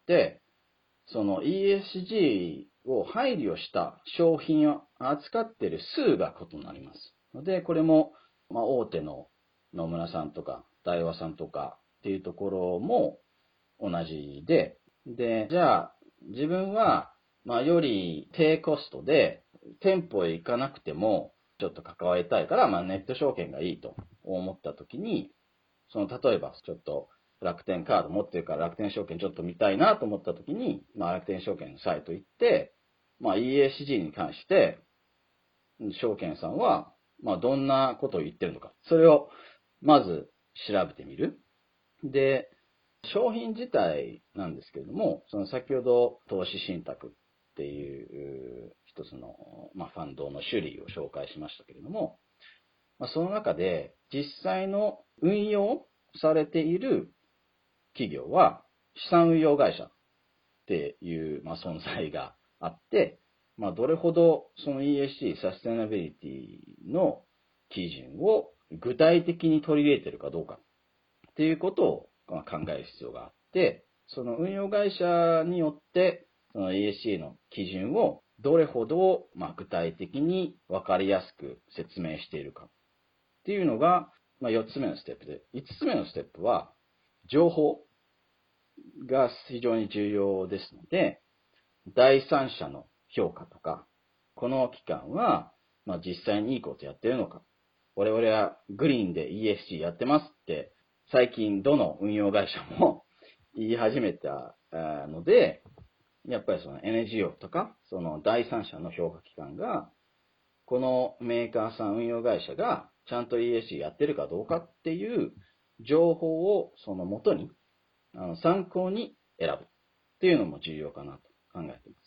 その イーエスジー を配慮した商品を扱っている数が異なります。ので、これも、まあ、大手の野村さんとか、大和さんとかっていうところも同じで、で、じゃあ、自分は、まあ、より低コストで、店舗へ行かなくても、ちょっと関わりたいから、まあ、ネット証券がいいと思ったときに、その、例えば、ちょっと、楽天カード持ってるから楽天証券ちょっと見たいなと思ったときに、まあ、楽天証券のサイト行って、まあ、イーエスジー に関して、証券さんは、まあ、どんなことを言ってるのか。それを、まず、調べてみる。で、商品自体なんですけれども、その先ほど投資信託っていう一つの、まあ、ファンドの種類を紹介しましたけれども、まあ、その中で実際の運用されている企業は資産運用会社っていう、まあ、存在があって、まあ、どれほどその イーエスジー、サステナビリティの基準を具体的に取り入れているかどうかっていうことを考える必要があって、その運用会社によって、その イーエスジー の基準をどれほど、まあ、具体的に分かりやすく説明しているかっていうのが、まあ、よっつめのステップで、いつつめのステップは、情報が非常に重要ですので、第三者の評価とか、この機関は、まあ、実際にいいことやってるのか、我々はグリーンで イーエスジー やってますって、最近どの運用会社も言い始めたので、やっぱりその エヌジーオー とか、その第三者の評価機関が、このメーカーさん運用会社がちゃんと イーエスジー やってるかどうかっていう情報をその元に、あの参考に選ぶっていうのも重要かなと考えています。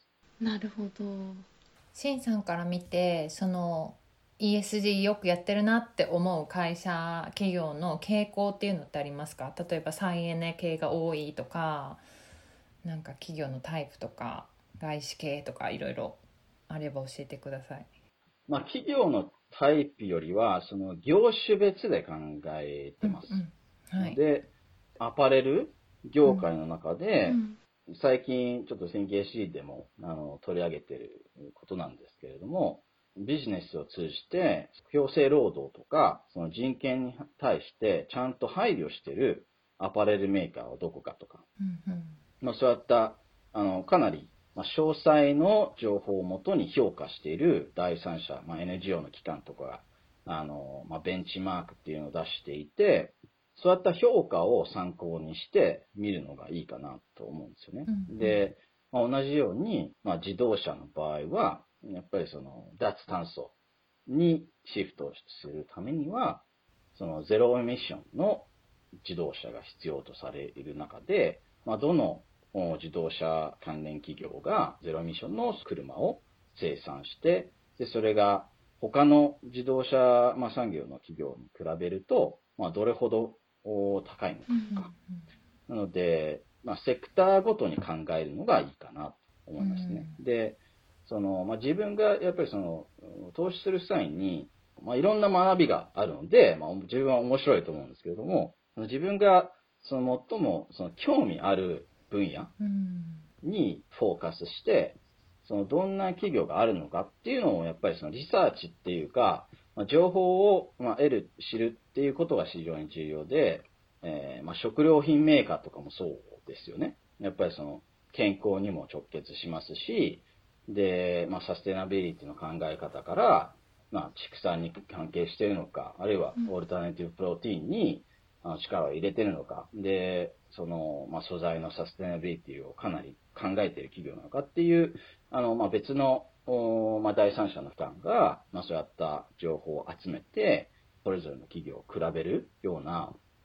なるほど。 シンさんから見て、その イーエスジー よくやってるなって思う会社、企業の傾向っていうのってありますか？例えば再エネ系が多いとか、なんか企業のタイプとか、外資系とかいろいろあれば教えてください。 まあ、企業のタイプよりは、その業種別で考えてます。 うんうんはい、 で、アパレル業界の中で、 うん最近ちょっと神経 シー でもあの取り上げていることなんですけれども、ビジネスを通じて強制労働とかその人権に対してちゃんと配慮しているアパレルメーカーはどこかとか、 うんうんまあ、そういったあのかなり詳細の情報をもとに評価している第三者、まあ、エヌジーオー の機関とかがあの、まあ、ベンチマークっていうのを出していて、そういった評価を参考にして見るのがいいかなと思うんですよね。 うんうん、 で、まあ、同じように、まあ、自動車の場合は、やっぱりその脱炭素にシフトするためには、そのゼロエミッションの自動車が必要とされる中で、まあ、どの自動車関連企業がゼロエミッションの車を生産して、でそれが他の自動車、まあ、産業の企業に比べると、まあ、どれほど高いのかとか、なので、まあ、セクターごとに考えるのがいいかなと思いますね。で、その、まあ、自分がやっぱりその投資する際に、まあ、いろんな学びがあるので、まあ、自分は面白いと思うんですけれども、自分がその最もその興味ある分野にフォーカスして、そのどんな企業があるのかっていうのをやっぱりそのリサーチっていうか、まあ、情報をまあ得る、知るっていうことが非常に重要で、えーまあ、食料品メーカーとかもそうですよね。やっぱりその健康にも直結しますし、で、まあ、サステナビリティの考え方から、まあ、畜産に関係しているのか、あるいはオルタネティブプロテインに力を入れているのか、で、その、まあ、素材のサステナビリティをかなり考えている企業なのかっていう、あの、まあ、別の、まあ、第三者の機関が、まあ、そういった情報を集めて、それぞれの企業を比べるような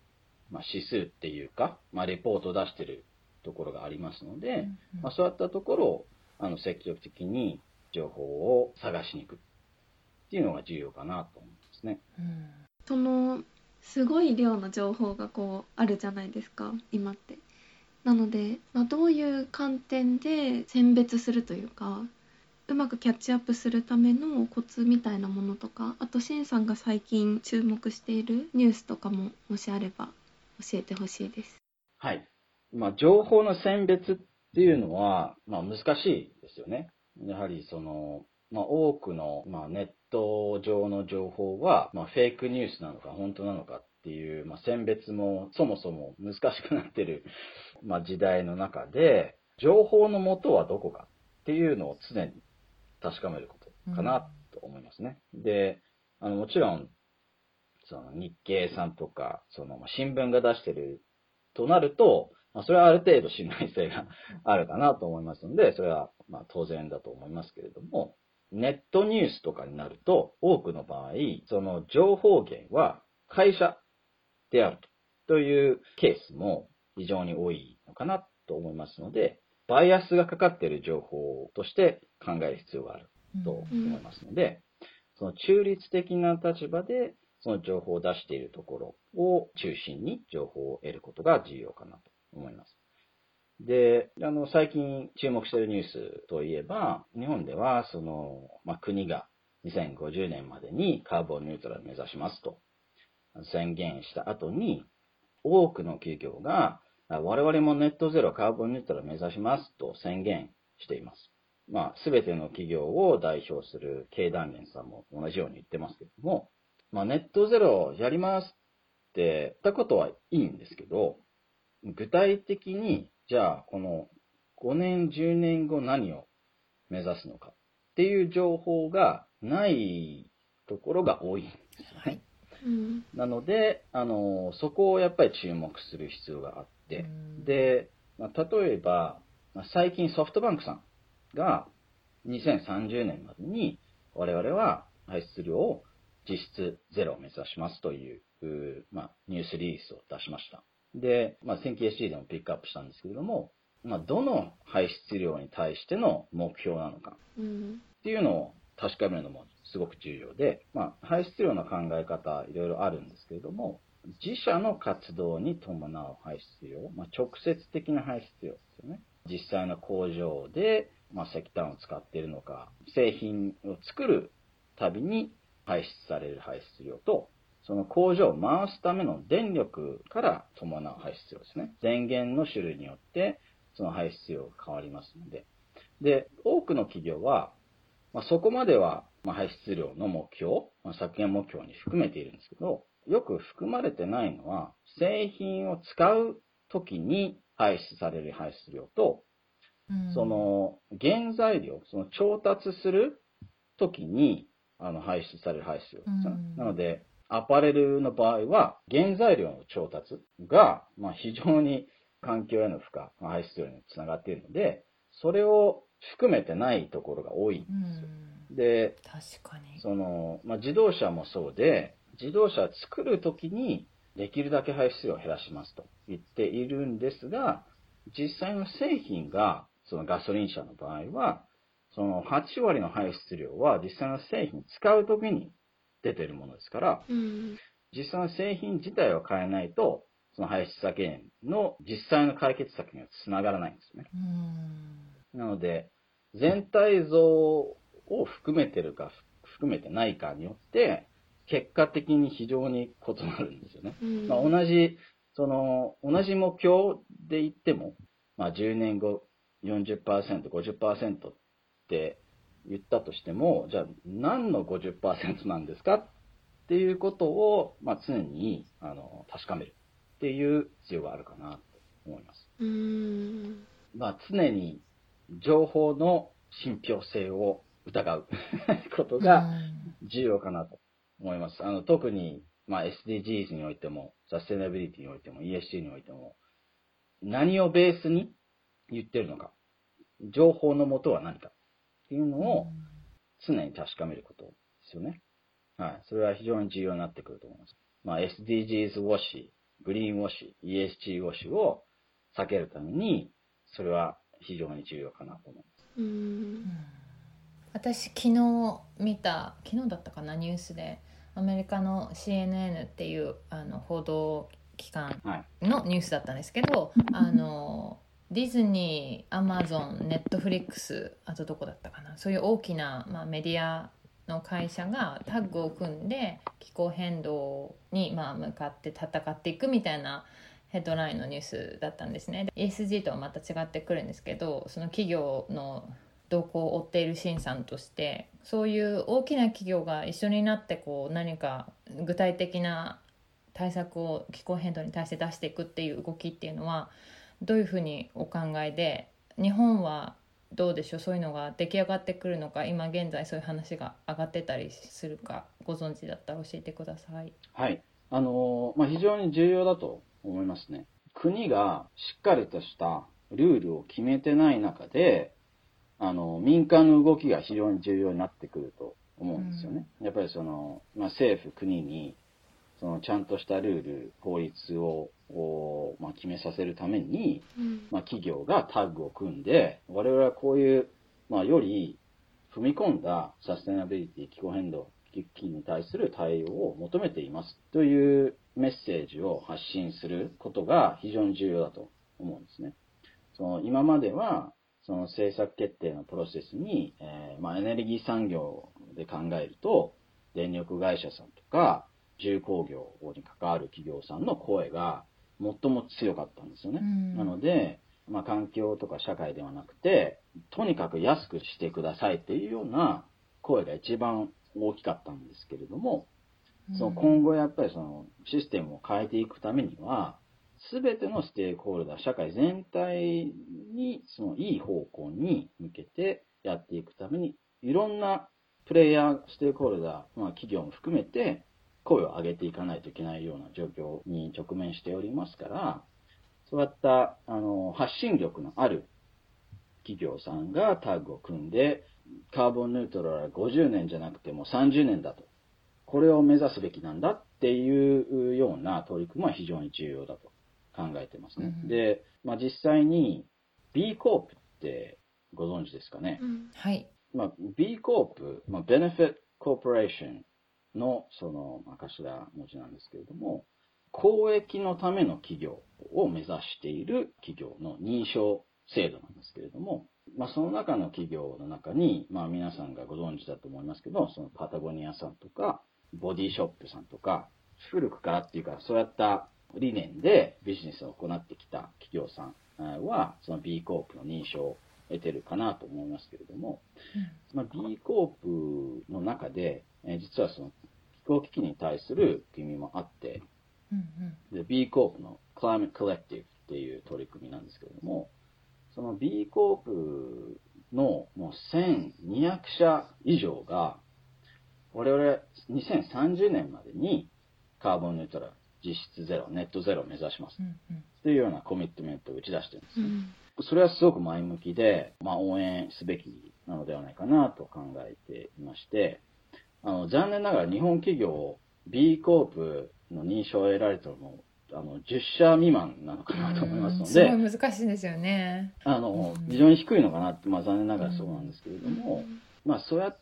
まあ、指数っていうか、まあ、レポートを出してるところがありますので、 うんうんまあ、そういったところをあの積極的に情報を探しに行くっていうのが重要かなと思いますね。 うんそのすごい量の情報がこうあるじゃないですか今って。なので、まあ、どういう観点で選別するというか、うまくキャッチアップするためのコツみたいなものとか、あとシンさんが最近注目しているニュースとかももしあれば教えてほしいです。 はい。まあ、情報の選別っていうのは、まあ、難しいですよね。やはりその、まあ、多くの、まあ、ネット上の情報は、まあ、フェイクニュースなのか本当なのかっていう、まあ、選別もそもそも難しくなってる、まあ、時代の中で、情報の元はどこかっていうのを常に確かめることかなと思いますね。うん、で、あの、もちろん、その日経さんとか、その新聞が出してるとなると、まあ、それはある程度信頼性があるかなと思いますので、それはまあ当然だと思いますけれども、ネットニュースとかになると、多くの場合、その情報源は会社であるというケースも非常に多いのかなと思いますので、バイアスがかかっている情報として考える必要があると思いますので、その中立的な立場でその情報を出しているところを中心に情報を得ることが重要かなと思います。で、あの、最近注目しているニュースといえば、日本では、その、まあ、国がにせんごじゅうねんまでにカーボンニュートラルを目指しますと宣言した後に、多くの企業が、我々もネットゼロカーボンニュートラルを目指しますと宣言しています。まあ、すべての企業を代表する経団連さんも同じように言ってますけども、まあ、ネットゼロやりますって言ったことはいいんですけど、具体的に、じゃあ、このごねん、じゅうねんご何を目指すのかっていう情報がないところが多いんですよね。はい、うん、なので、あの、そこをやっぱり注目する必要があって、で、まあ、例えば、まあ、最近ソフトバンクさんがにせんさんじゅうねんまでに我々は排出量を実質ゼロを目指しますという、まあ、ニュースリリースを出しました。で、まあ、センキーエスジー でもピックアップしたんですけれども、まあ、どの排出量に対しての目標なのかっていうのを確かめるのもすごく重要で、まあ、排出量の考え方いろいろあるんですけれども、自社の活動に伴う排出量、まあ、直接的な排出量ですよね。実際の工場で、まあ、石炭を使っているのか、製品を作るたびに排出される排出量と、その工場を回すための電力から伴う排出量ですね。電源の種類によってその排出量が変わりますので。で、多くの企業は、まあ、そこまでは排出量の目標、まあ、削減目標に含めているんですけど、よく含まれてないのは、製品を使うときに排出される排出量と、うん、その原材料、その調達するときにあの排出される排出量ですね。うん、なので、アパレルの場合は、原材料の調達が、まあ、非常に環境への負荷、排出量につながっているので、それを含めてないところが多いんですよ。うん、で、 確かに。 その、まあ、自動車もそうで、自動車を作るときに、できるだけ排出量を減らしますと言っているんですが、実際の製品が、そのガソリン車の場合は、そのはち割の排出量は実際の製品使うときに出てるものですから、うん、実際の製品自体を変えないと、その排出削減の実際の解決策にはつながらないんですね。うん、なので、全体像を含めてるか含めてないかによって、結果的に非常に異なるんですよね。うんまあ、同じ、その、同じ目標で言っても、まあ、じゅうねんご よんじゅっパーセント、ごじゅっパーセントって言ったとしても、じゃあ何の ごじゅっパーセント なんですかっていうことを、まあ、常にあの確かめるっていう必要があるかなと思います。うーんまあ、常に情報の信憑性を疑うことが重要かなと思います。あの特に、まあ、エスディージーズ においても、サステナビリティにおいても、イーエスジー においても、何をベースに言ってるのか、情報の元は何かっていうのを常に確かめることですよね。はい。それは非常に重要になってくると思います。まあ、エスディージーズ ウォッシグリーンウォッシュ、イーエスジー ウォッシュを避けるために、それは非常に重要かなと思います。 うん、 私昨日見た、昨日だったかな、ニュースでアメリカの シーエヌエヌ っていうあの報道機関のニュースだったんですけど、はい、あのディズニー、アマゾン、ネットフリックス、あとどこだったかな、そういう大きな、まあ、メディアの会社がタッグを組んで気候変動に、まあ、向かって戦っていくみたいなヘッドラインのニュースだったんですね。 イーエスジー とはまた違ってくるんですけど、その企業の動向を追っているシンさんとして、そういう大きな企業が一緒になってこう何か具体的な対策を気候変動に対して出していくっていう動きっていうのはどういうふうにお考えで、日本はどうでしょう、そういうのが出来上がってくるのか、今現在そういう話が上がってたりするか、ご存知だったら教えてください。 はい、あのまあ、非常に重要だと思いますね。国がしっかりとしたルールを決めてない中で、あの民間の動きが非常に重要になってくると思うんですよね。うん、やっぱりその、まあ、政府、国にそのちゃんとしたルール、法律を、まあ、決めさせるために、うん、まあ、企業がタッグを組んで、我々はこういう、まあ、より踏み込んだサステナビリティ、気候変動危機に対する対応を求めていますというメッセージを発信することが非常に重要だと思うんですね。その今まではその政策決定のプロセスに、えーまあ、エネルギー産業で考えると電力会社さんとか重工業に関わる企業さんの声が最も強かったんですよね。なので、まあ、環境とか社会ではなくて、とにかく安くしてくださいっていうような声が一番大きかったんですけれども、その今後やっぱりそのシステムを変えていくためには、すべてのステークホルダー、社会全体にそのいい方向に向けてやっていくために、いろんなプレイヤー、ステークホルダー、まあ、企業も含めて、声を上げていかないといけないような状況に直面しておりますから、そういったあの発信力のある企業さんがタッグを組んで、カーボンニュートラルはごじゅうねんじゃなくてもさんじゅうねんだと、これを目指すべきなんだっていうような取り組みは非常に重要だと考えてますね。うん、で、まあ、実際に B コープってご存知ですかね。うん、 はい。 まあ、B コープ、まあ、Benefit Corporationのその頭文字なんですけれども、公益のための企業を目指している企業の認証制度なんですけれども、まあ、その中の企業の中に、まあ、皆さんがご存知だと思いますけど、そのパタゴニアさんとか、ボディショップさんとか、古くからっていうか、そういった理念でビジネスを行ってきた企業さんは、その B コープの認証を得てるかなと思いますけれども、うん、まあ、B コープの中で、え実はその気候危機に対する取り組みもあって、うんうん、で B コープの Climate Collective っていう取り組みなんですけれども、その B コープのもうせんにひゃくしゃ以上が、我々にせんさんじゅうねんまでにカーボンニュートラル、実質ゼロ、ネットゼロを目指します、うんうん、というようなコミットメントを打ち出してるんですね。うん、それはすごく前向きで、まあ、応援すべきなのではないかなと考えていまして、あの残念ながら日本企業 B コープの認証を得られたのもあのじゅっしゃ未満なのかなと思いますので、すごい難しいんですよね。 あの非常に低いのかなって、まあ、残念ながらそうなんですけれども、まあ、そうやった、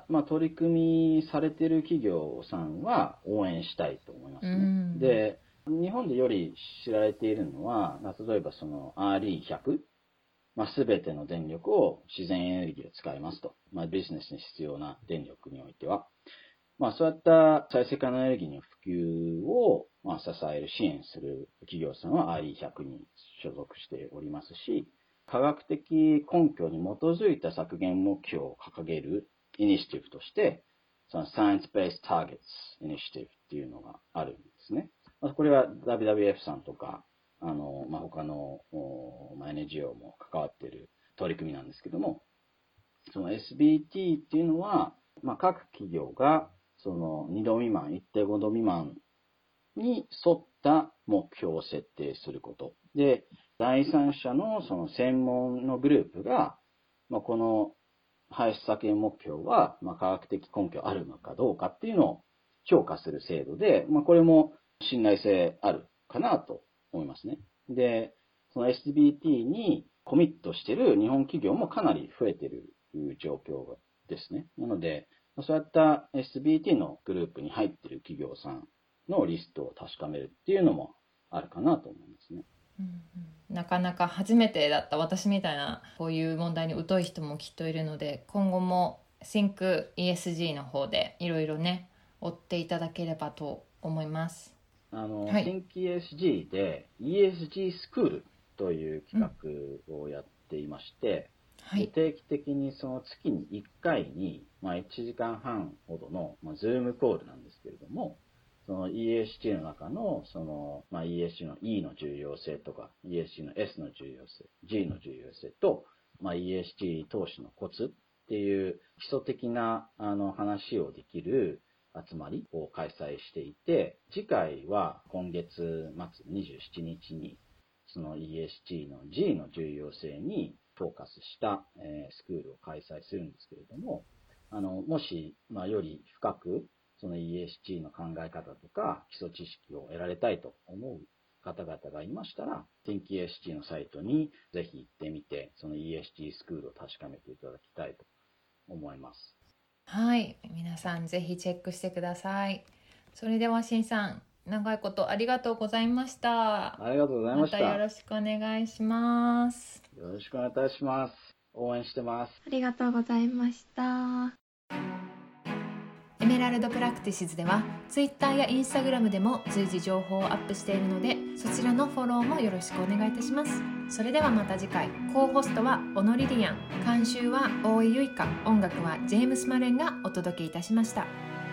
まあ、取り組みされている企業さんは応援したいと思いますね。で、日本でより知られているのは、例えばその アールイーひゃく、まあ、全ての電力を自然エネルギーで使いますと、まあ、ビジネスに必要な電力においては、まあ、そういった再生可能エネルギーの普及を、まあ、支える、支援する企業さんは アールイーひゃく に所属しておりますし、科学的根拠に基づいた削減目標を掲げるイニシティブとして、その Science-Based Targets Initiative っていうのがあるんですね。これは ダブリューダブリューエフ さんとか、あの、まあ、他の、まあ、エヌジーオー も関わっている取り組みなんですけども、その エスビーティー っていうのは、まあ、各企業がそのにど未満、いってんごど未満に沿った目標を設定すること。で、第三者のその専門のグループが、まあ、この排出削減目標は、まあ、科学的根拠あるのかどうかっていうのを評価する制度で、まあ、これも信頼性あるかなと思いますね。で、その エスビーティー にコミットしている日本企業もかなり増えている状況ですね。なので、そういった エスビーティー のグループに入っている企業さんのリストを確かめるっていうのもあるかなと思いますね。 うんうん、なかなか初めてだった私みたいなこういう問題に疎い人もきっといるので、今後も Think イーエスジー の方でいろいろね追っていただければと思います。 あの、 はい、 Think イーエスジー で イーエスジー スクールという企画をやっていまして、うんはい、定期的にその月にいっかいに、まあ、いちじかんはんほどの、まあ、Zoom コールなんですけれども、その イーエスジー の中の、その、まあ、イーエスジー の E の重要性とか、イーエスジー の S の重要性、G の重要性と、まあ、イーエスジー 投資のコツっていう基礎的なあの話をできる集まりを開催していて、次回は今月末にじゅうしちにちに、その イーエスジー の G の重要性にフォーカスした、えー、スクールを開催するんですけれども、あの、もし、まあ、より深く、その イーエスジー の考え方とか基礎知識を得られたいと思う方々がいましたら、Think イーエスジー のサイトにぜひ行ってみて、その イーエスジー スクールを確かめていただきたいと思います。 はい、皆さんぜひチェックしてください。それではしんさん、長いことありがとうございました。 ありがとうございました。 またよろしくお願いします。 よろしくお願いいたします。応援してます。 ありがとうございました。 エメラルドプラクティシズでは Twitter や Instagram でも随時情報をアップしているので、そちらのフォローもよろしくお願いいたします。それではまた次回。コーホストは小野リリアン、監修は大井ゆいか、音楽はジェームス・マレンがお届けいたしました。